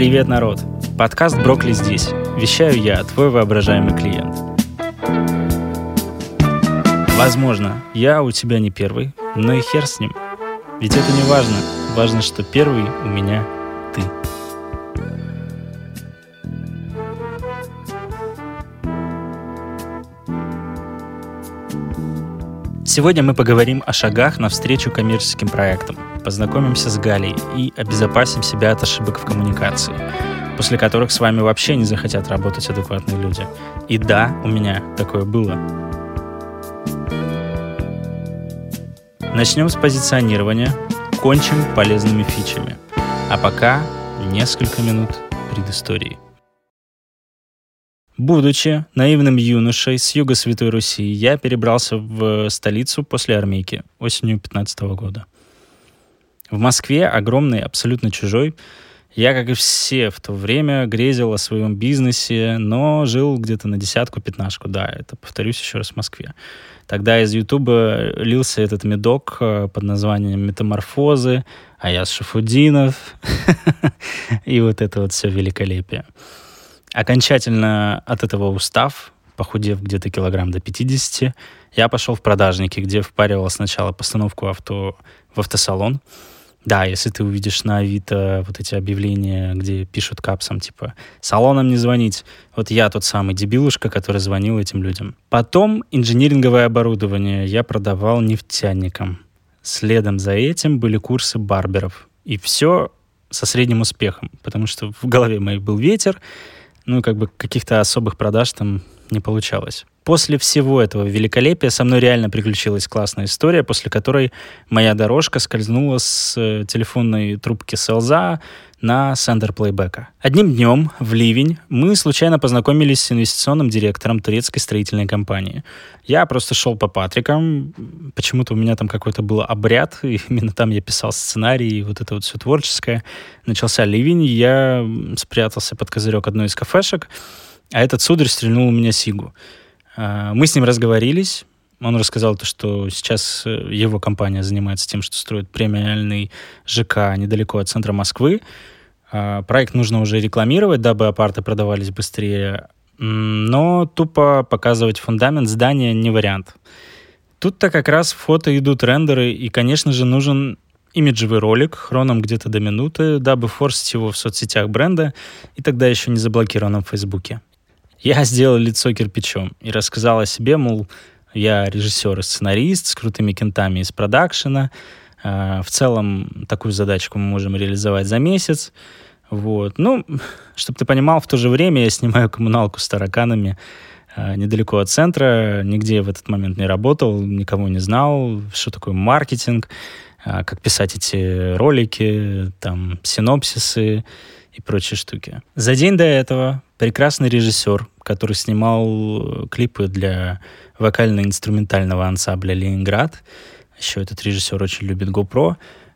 Привет, народ! Подкаст «Брокколи» здесь. Вещаю я, твой воображаемый клиент. Возможно, я у тебя не первый, но и хер с ним. Ведь это не важно. Важно, что первый у меня ты. Сегодня мы поговорим о шагах навстречу коммерческим проектам, познакомимся с Галей и обезопасим себя от ошибок в коммуникации, после которых с вами вообще не захотят работать адекватные люди. И да, у меня такое было. Начнем с позиционирования, кончим полезными фичами. А пока несколько минут предыстории. Будучи наивным юношей с юга Святой Руси, я перебрался в столицу после армейки осенью 2015 года. В Москве, огромной, абсолютно чужой, я, как и все в то время, грезил о своем бизнесе, но жил где-то на десятку-пятнашку. Да, это, повторюсь еще раз, в Москве. Тогда из Ютуба лился этот медок под названием «Метаморфозы», Аяз Шафутдинов и вот это вот все великолепие. Окончательно от этого устав, похудев где-то килограмм до 50, я пошел в продажники, где впаривал сначала постановку авто в автосалон. Да, если ты увидишь на Авито вот эти объявления, где пишут капсом, типа «салонам не звонить», вот я тот самый дебилушка, который звонил этим людям. Потом инжиниринговое оборудование я продавал нефтяникам. Следом за этим были курсы барберов. И все со средним успехом, потому что в голове моей был ветер, каких-то особых продаж там не получалось. После всего этого великолепия со мной реально приключилась классная история, после которой моя дорожка скользнула с телефонной трубки селза на сендер плейбека. Одним днем, в ливень, мы случайно познакомились с инвестиционным директором турецкой строительной компании. Я просто шел по Патрикам, почему-то у меня там какой-то был обряд, и именно там я писал сценарий, и вот это вот все творческое. Начался ливень, я спрятался под козырек одной из кафешек, а этот сударь стрельнул у меня сигу. Мы с ним разговорились. Он рассказал, что сейчас его компания занимается тем, что строит премиальный ЖК недалеко от центра Москвы. Проект нужно уже рекламировать, дабы апарты продавались быстрее. Но тупо показывать фундамент здания не вариант. Тут-то как раз в фото идут рендеры, и, конечно же, нужен имиджевый ролик хроном где-то до минуты, дабы форсить его в соцсетях бренда, и тогда еще не заблокированном в Фейсбуке. Я сделал лицо кирпичом и рассказал о себе, мол, я режиссер и сценарист с крутыми кентами из продакшена. В целом, такую задачку мы можем реализовать за месяц. Вот. Чтобы ты понимал, в то же время я снимаю коммуналку с тараканами недалеко от центра. Нигде в этот момент не работал, никого не знал, что такое маркетинг, как писать эти ролики, там, синопсисы и прочие штуки. За день до этого прекрасный режиссер, который снимал клипы для вокально-инструментального ансамбля «Ленинград», еще этот режиссер очень любит GoPro,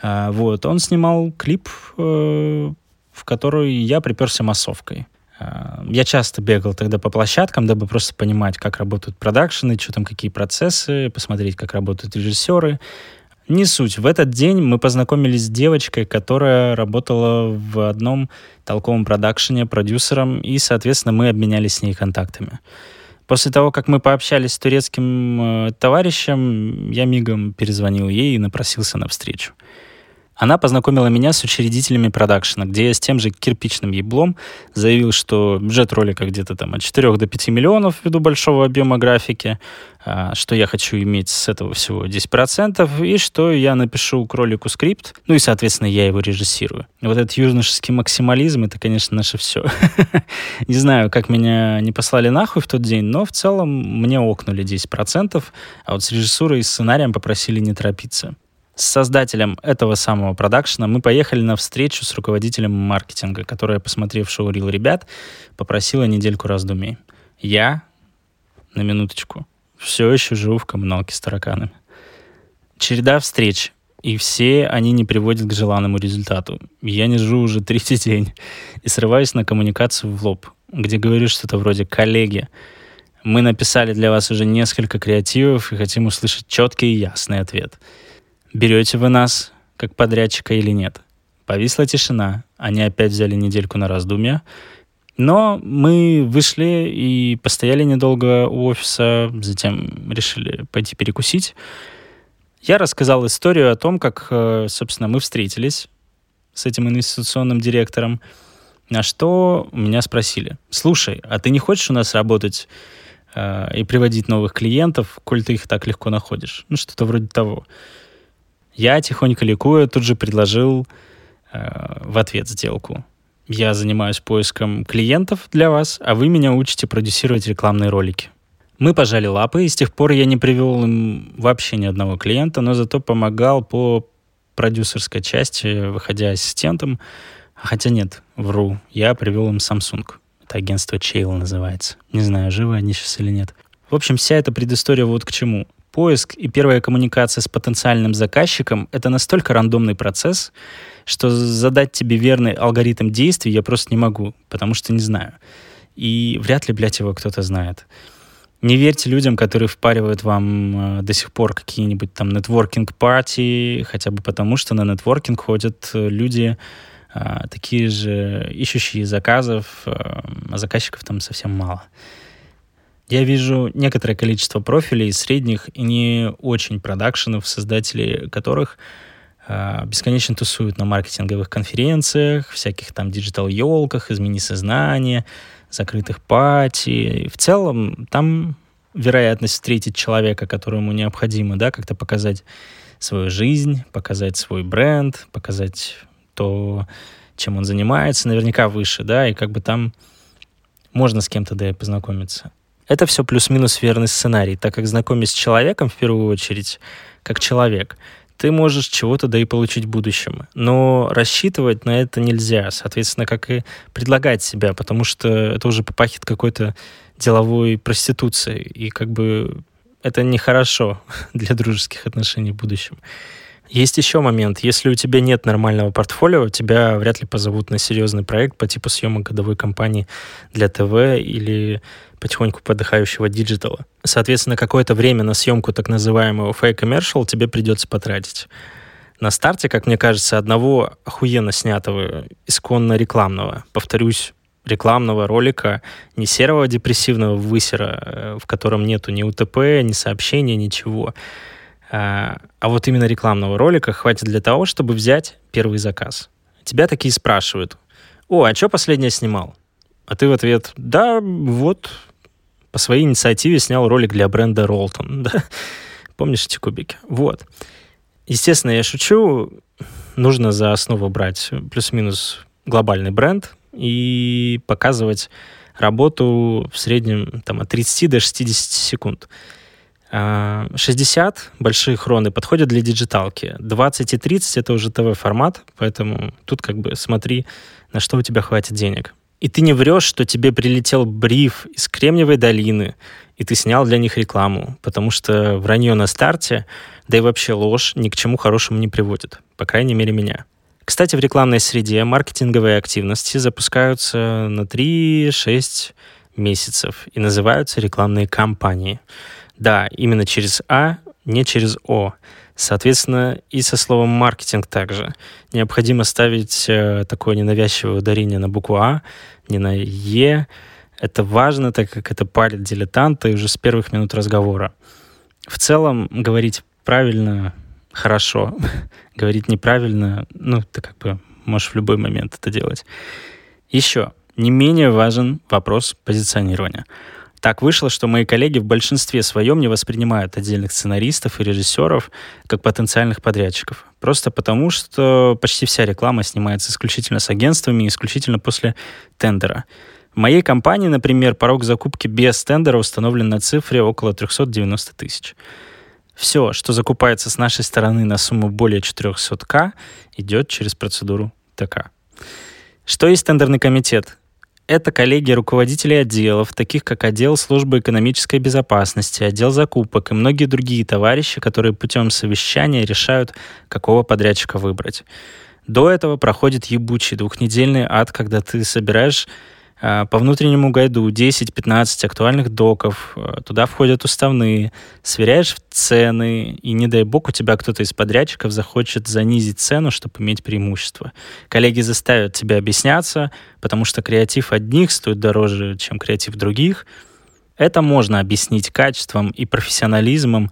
он снимал клип, в который я приперся массовкой. Я часто бегал тогда по площадкам, дабы просто понимать, как работают продакшены, что там, какие процессы, посмотреть, как работают режиссеры. Не суть. В этот день мы познакомились с девочкой, которая работала в одном толковом продакшене продюсером, и, соответственно, мы обменялись с ней контактами. После того, как мы пообщались с турецким товарищем, я мигом перезвонил ей и напросился на встречу. Она познакомила меня с учредителями продакшена, где я с тем же кирпичным еблом заявил, что бюджет ролика где-то там от 4 до 5 миллионов ввиду большого объема графики, что я хочу иметь с этого всего 10%, и что я напишу к ролику скрипт, и, соответственно, я его режиссирую. Вот этот юношеский максимализм — это, конечно, наше все. Не знаю, как меня не послали нахуй в тот день, но в целом мне окнули 10%, а вот с режиссурой и сценарием попросили не торопиться. С создателем этого самого продакшена мы поехали на встречу с руководителем маркетинга, которая, посмотрев шоу-рил ребят, попросила недельку раздумий. Я, на минуточку, все еще живу в коммуналке с тараканами. Череда встреч, и все они не приводят к желанному результату. Я не живу уже 3-й день и срываюсь на коммуникацию в лоб, где говорю что-то вроде «коллеги, мы написали для вас уже несколько креативов и хотим услышать четкий и ясный ответ. Берете вы нас как подрядчика или нет? Повисла тишина. Они опять взяли недельку на раздумья. Но мы вышли и постояли недолго у офиса, затем решили пойти перекусить. Я рассказал историю о том, как, собственно, мы встретились с этим инвестиционным директором, на что меня спросили: слушай, а ты не хочешь у нас работать и приводить новых клиентов, коль ты их так легко находишь? Ну, что-то вроде того. Я, тихонько ликуя, тут же предложил в ответ сделку. Я занимаюсь поиском клиентов для вас, а вы меня учите продюсировать рекламные ролики. Мы пожали лапы, и с тех пор я не привел им вообще ни одного клиента, но зато помогал по продюсерской части, выходя ассистентом. Хотя нет, вру, я привел им Samsung. Это агентство Chale называется. Не знаю, живы они сейчас или нет. В общем, вся эта предыстория вот к чему. Поиск и первая коммуникация с потенциальным заказчиком — это настолько рандомный процесс, что задать тебе верный алгоритм действий я просто не могу, потому что не знаю. И вряд ли, блядь, его кто-то знает. Не верьте людям, которые впаривают вам до сих пор какие-нибудь там нетворкинг-партии, хотя бы потому, что на нетворкинг ходят люди такие же ищущие заказов, а заказчиков там совсем мало. Я вижу некоторое количество профилей средних и не очень продакшенов, создатели которых бесконечно тусуют на маркетинговых конференциях, всяких там диджитал-елках, измени сознание, закрытых пати. В целом там вероятность встретить человека, которому необходимо, да, как-то показать свою жизнь, показать свой бренд, показать то, чем он занимается, наверняка выше, да, и как бы там можно с кем-то, да, и познакомиться. Это все плюс-минус верный сценарий, так как, знакомясь с человеком, в первую очередь, как человек, ты можешь чего-то, да и получить в будущем. Но рассчитывать на это нельзя, соответственно, как и предлагать себя, потому что это уже попахивает какой-то деловой проституцией, и как бы это нехорошо для дружеских отношений в будущем. Есть еще момент. Если у тебя нет нормального портфолио, тебя вряд ли позовут на серьезный проект по типу съемок годовой кампании для ТВ или потихоньку подыхающего диджитала. Соответственно, какое-то время на съемку так называемого фейк-коммершал тебе придется потратить. На старте, как мне кажется, одного охуенно снятого, исконно рекламного, повторюсь, рекламного ролика, не серого депрессивного высера, в котором нету ни УТП, ни сообщения, ничего, а вот именно рекламного ролика хватит для того, чтобы взять первый заказ. Тебя такие спрашивают: «О, а что последнее снимал?» А ты в ответ: «Да, вот, по своей инициативе снял ролик для бренда Ролтон». Да? Помнишь эти кубики? Вот. Естественно, я шучу. Нужно за основу брать плюс-минус глобальный бренд и показывать работу в среднем там, от 30 до 60 секунд. 60 большие хроны подходят для диджиталки. 20 и 30 — это уже ТВ-формат, поэтому тут как бы смотри, на что у тебя хватит денег. И ты не врешь, что тебе прилетел бриф из Кремниевой долины, и ты снял для них рекламу, потому что вранье на старте, да и вообще ложь ни к чему хорошему не приводит, по крайней мере, меня. Кстати, в рекламной среде маркетинговые активности запускаются на 3-6 месяцев и называются рекламные кампании. Да, именно через А, не через О. Соответственно, и со словом «маркетинг» также. Необходимо ставить такое ненавязчивое ударение на букву А, не на Е. Это важно, так как это парит дилетанта и уже с первых минут разговора. В целом, говорить правильно — хорошо. Говорить неправильно — ну, ты как бы можешь в любой момент это делать. Еще не менее важен вопрос позиционирования. Так вышло, что мои коллеги в большинстве своем не воспринимают отдельных сценаристов и режиссеров как потенциальных подрядчиков. Просто потому, что почти вся реклама снимается исключительно с агентствами, исключительно после тендера. В моей компании, например, порог закупки без тендера установлен на цифре около 390 тысяч. Все, что закупается с нашей стороны на сумму более 400К, идет через процедуру ТК. Что есть тендерный комитет? Это коллегия руководителей отделов, таких как отдел службы экономической безопасности, отдел закупок и многие другие товарищи, которые путем совещания решают, какого подрядчика выбрать. До этого проходит ебучий двухнедельный ад, когда ты собираешь По внутреннему гайду 10-15 актуальных доков, туда входят уставные, сверяешь цены, и не дай бог у тебя кто-то из подрядчиков захочет занизить цену, чтобы иметь преимущество. Коллеги заставят тебя объясняться, потому что креатив одних стоит дороже, чем креатив других. Это можно объяснить качеством и профессионализмом,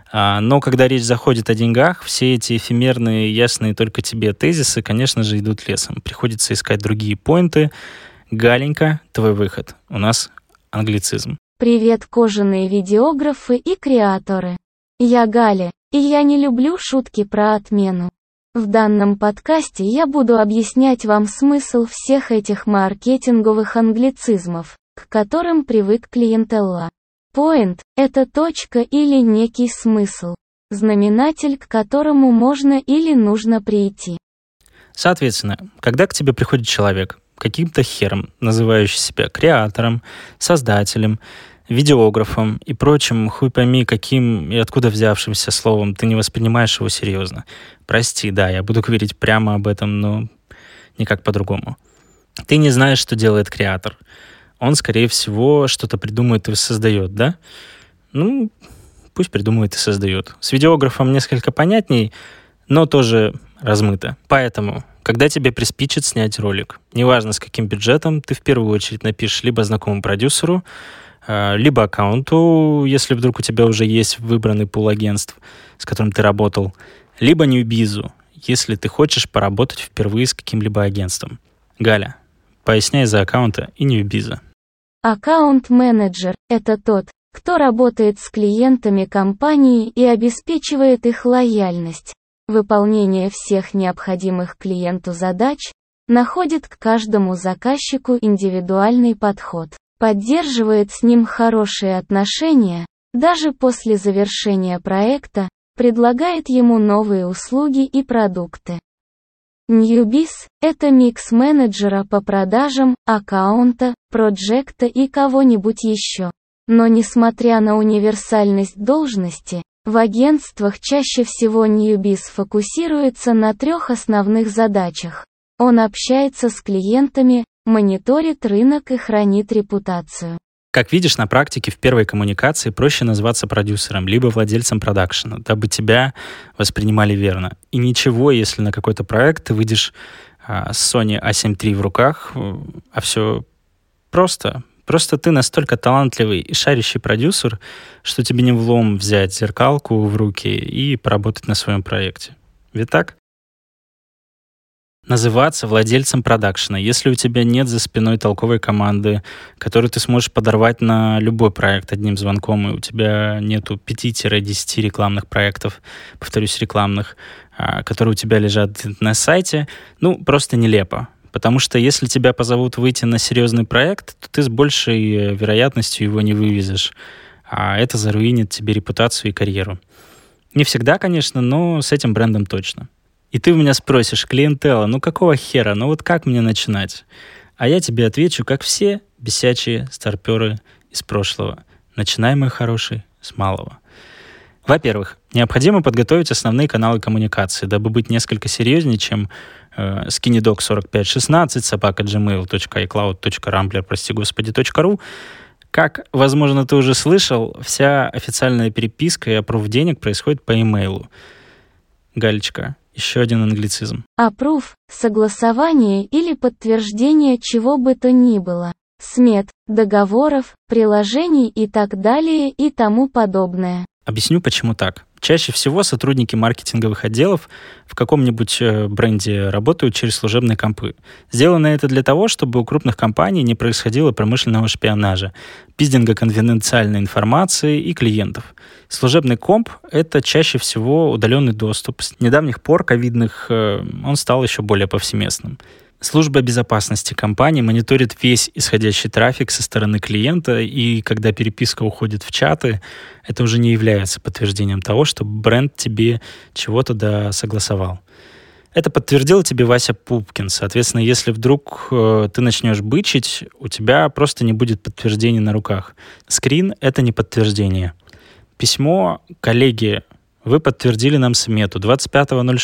но когда речь заходит о деньгах, все эти эфемерные, ясные только тебе тезисы, конечно же, идут лесом. Приходится искать другие поинты. Галенька, твой выход. У нас англицизм. Привет, кожаные видеографы и креаторы. Я Галя, и я не люблю шутки про отмену. В данном подкасте я буду объяснять вам смысл всех этих маркетинговых англицизмов, к которым привык клиентелла. Point – это точка или некий смысл, знаменатель, к которому можно или нужно прийти. Соответственно, когда к тебе приходит человек, каким-то хером, называющий себя креатором, создателем, видеографом и прочим, хуй пойми, каким и откуда взявшимся словом, ты не воспринимаешь его серьезно. Прости, да, я буду говорить прямо об этом, но никак по-другому. Ты не знаешь, что делает креатор. Он, скорее всего, что-то придумает и создает, да? Ну, пусть придумывает и создает. С видеографом несколько понятней, но тоже размыто. Поэтому, когда тебе приспичит снять ролик, неважно с каким бюджетом, ты в первую очередь напишешь либо знакомому продюсеру, либо аккаунту, если вдруг у тебя уже есть выбранный пул агентств, с которым ты работал, либо ньюбизу, если ты хочешь поработать впервые с каким-либо агентством. Галя, поясняй за аккаунта и ньюбиза. Аккаунт-менеджер – это тот, кто работает с клиентами компании и обеспечивает их лояльность. Выполнение всех необходимых клиенту задач, находит к каждому заказчику индивидуальный подход, поддерживает с ним хорошие отношения, даже после завершения проекта, предлагает ему новые услуги и продукты. Ньюбиз – это микс менеджера по продажам, аккаунта, проджекта и кого-нибудь еще. Но несмотря на универсальность должности, в агентствах чаще всего ньюбиз фокусируется на 3 основных задачах. Он общается с клиентами, мониторит рынок и хранит репутацию. Как видишь, на практике в первой коммуникации проще назваться продюсером, либо владельцем продакшена, дабы тебя воспринимали верно. И ничего, если на какой-то проект ты выйдешь с Sony A7 III в руках, а все просто. Просто ты настолько талантливый и шарящий продюсер, что тебе не влом взять зеркалку в руки и поработать на своем проекте. Ведь так? Называться владельцем продакшена, если у тебя нет за спиной толковой команды, которую ты сможешь подорвать на любой проект одним звонком, и у тебя нету 5-10 рекламных проектов, повторюсь, рекламных, которые у тебя лежат на сайте, ну, просто нелепо. Потому что если тебя позовут выйти на серьезный проект, то ты с большей вероятностью его не вывезешь, а это заруинит тебе репутацию и карьеру. Не всегда, конечно, но с этим брендом точно. И ты у меня спросишь: клиентелла, ну какого хера, ну вот как мне начинать? А я тебе отвечу, как все бесячие старперы из прошлого. Начинай, мой хороший, с малого. Во-первых, необходимо подготовить основные каналы коммуникации, дабы быть несколько серьезнее, чем skinnydoc4516@gmail.icloud.rambler, Как, возможно, ты уже слышал, вся официальная переписка и аппрув денег происходит по имейлу. Галечка, еще один англицизм. Аппрув – согласование или подтверждение чего бы то ни было. Смет, договоров, приложений и так далее и тому подобное. Объясню, почему так. Чаще всего сотрудники маркетинговых отделов в каком-нибудь бренде работают через служебные компы. Сделано это для того, чтобы у крупных компаний не происходило промышленного шпионажа, пиздинга конфиденциальной информации и клиентов. Служебный комп — это чаще всего удаленный доступ. С недавних пор ковидных он стал еще более повсеместным. Служба безопасности компании мониторит весь исходящий трафик со стороны клиента, и когда переписка уходит в чаты, это уже не является подтверждением того, что бренд тебе чего-то досогласовал. Это подтвердил тебе Вася Пупкин. Соответственно, если вдруг ты начнешь бычить, у тебя просто не будет подтверждения на руках. Скрин — это не подтверждение. Письмо коллеги: вы подтвердили нам смету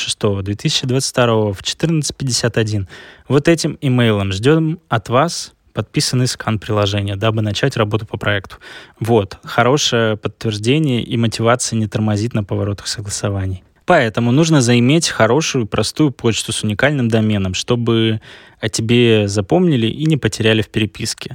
25.06.2022 в 14:51. Вот этим имейлом ждем от вас подписанный скан приложения, дабы начать работу по проекту. Вот, хорошее подтверждение и мотивация не тормозит на поворотах согласований. Поэтому нужно заиметь хорошую, простую почту с уникальным доменом, чтобы о тебе запомнили и не потеряли в переписке.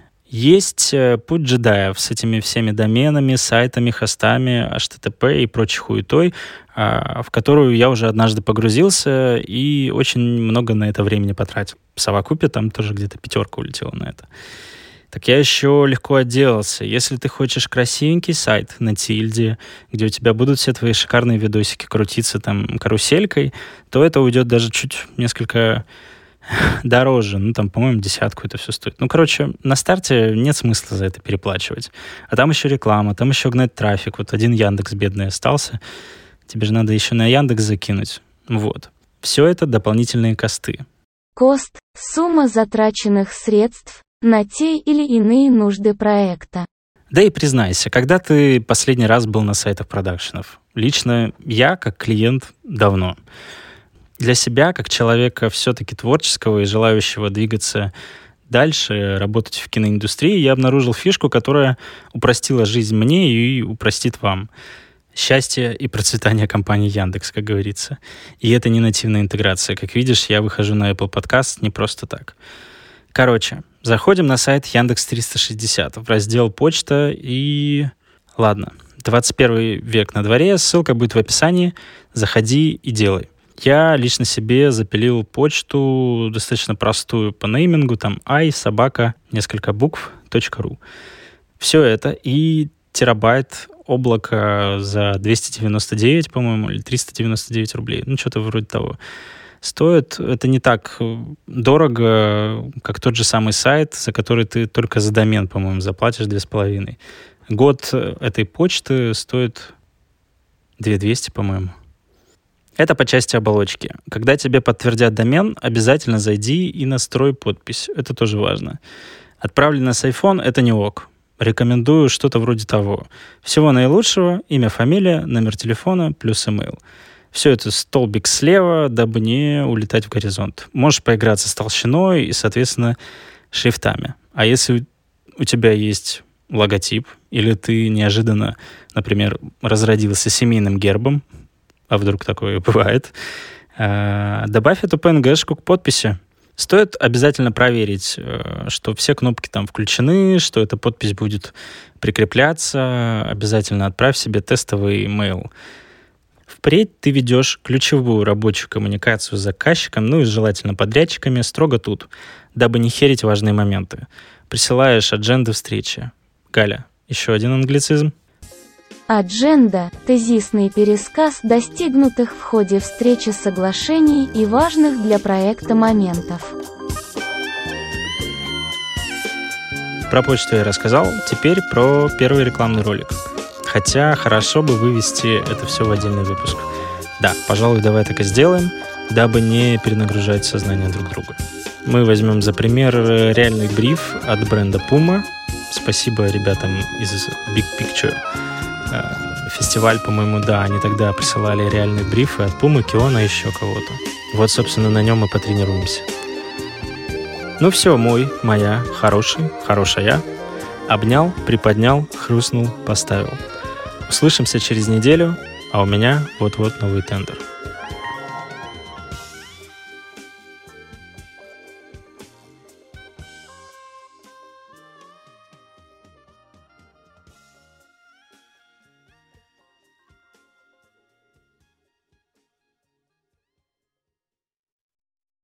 Есть путь джедаев с этими всеми доменами, сайтами, хостами, HTTP и прочей хуетой, в которую я уже однажды погрузился и очень много на это времени потратил. В совокупе там тоже где-то 5 улетела на это. Так я еще легко отделался. Если ты хочешь красивенький сайт на тильде, где у тебя будут все твои шикарные видосики крутиться там каруселькой, то это уйдет даже чуть несколько дороже. Ну, там, по-моему, 10 это все стоит. Ну, короче, на старте нет смысла за это переплачивать. А там еще реклама, там еще гнать трафик. Вот один Яндекс бедный остался. Тебе же надо еще на Яндекс закинуть. Вот. Все это дополнительные косты. Кост – сумма затраченных средств на те или иные нужды проекта. Да и признайся, когда ты последний раз был на сайтах продакшенов? Лично я, как клиент, давно. Для себя, как человека все-таки творческого и желающего двигаться дальше, работать в киноиндустрии, я обнаружил фишку, которая упростила жизнь мне и упростит вам. Счастье и процветание компании Яндекс, как говорится. И это не нативная интеграция. Как видишь, я выхожу на Apple Podcast не просто так. Короче, заходим на сайт Яндекс.360 в раздел «Почта» и... Ладно, 21 век на дворе, ссылка будет в описании. Заходи и делай. Я лично себе запилил почту достаточно простую по неймингу, там i, несколько букв, .ru. Все это и терабайт облака за 299, по-моему, или 399 рублей. Ну, что-то вроде того. Стоит это не так дорого, как тот же самый сайт, за который ты только за домен, по-моему, заплатишь 2,5. Год этой почты стоит 2200, по-моему. Это по части оболочки. Когда тебе подтвердят домен, обязательно зайди и настрой подпись. Это тоже важно. Отправлено с iPhone — это не ок. Рекомендую что-то вроде того. Всего наилучшего, имя, фамилия, номер телефона плюс email. Все это столбик слева, дабы не улетать в горизонт. Можешь поиграться с толщиной и, соответственно, шрифтами. А если у тебя есть логотип, или ты неожиданно, например, разродился семейным гербом, а вдруг такое бывает, добавь эту PNG-шку к подписи. Стоит обязательно проверить, что все кнопки там включены, что эта подпись будет прикрепляться. Обязательно отправь себе тестовый email. Впредь ты ведешь ключевую рабочую коммуникацию с заказчиком, ну и желательно подрядчиками, строго тут, дабы не херить важные моменты. Присылаешь адженды встречи. Галя, еще один англицизм? Адженда – тезисный пересказ достигнутых в ходе встречи соглашений и важных для проекта моментов. Про почту я рассказал, теперь про первый рекламный ролик. Хотя хорошо бы вывести это все в отдельный выпуск. Да, пожалуй, давай так и сделаем, дабы не перенагружать сознание друг друга. Мы возьмем за пример реальный бриф от бренда Puma. Спасибо ребятам из Big Picture. Фестиваль, по-моему, да, они тогда присылали реальные брифы от Puma, Kiona, еще кого-то. Вот, собственно, на нем мы потренируемся. Ну все, моя, хорошая. Обнял, приподнял, хрустнул, поставил. Услышимся через неделю, а у меня вот-вот новый тендер.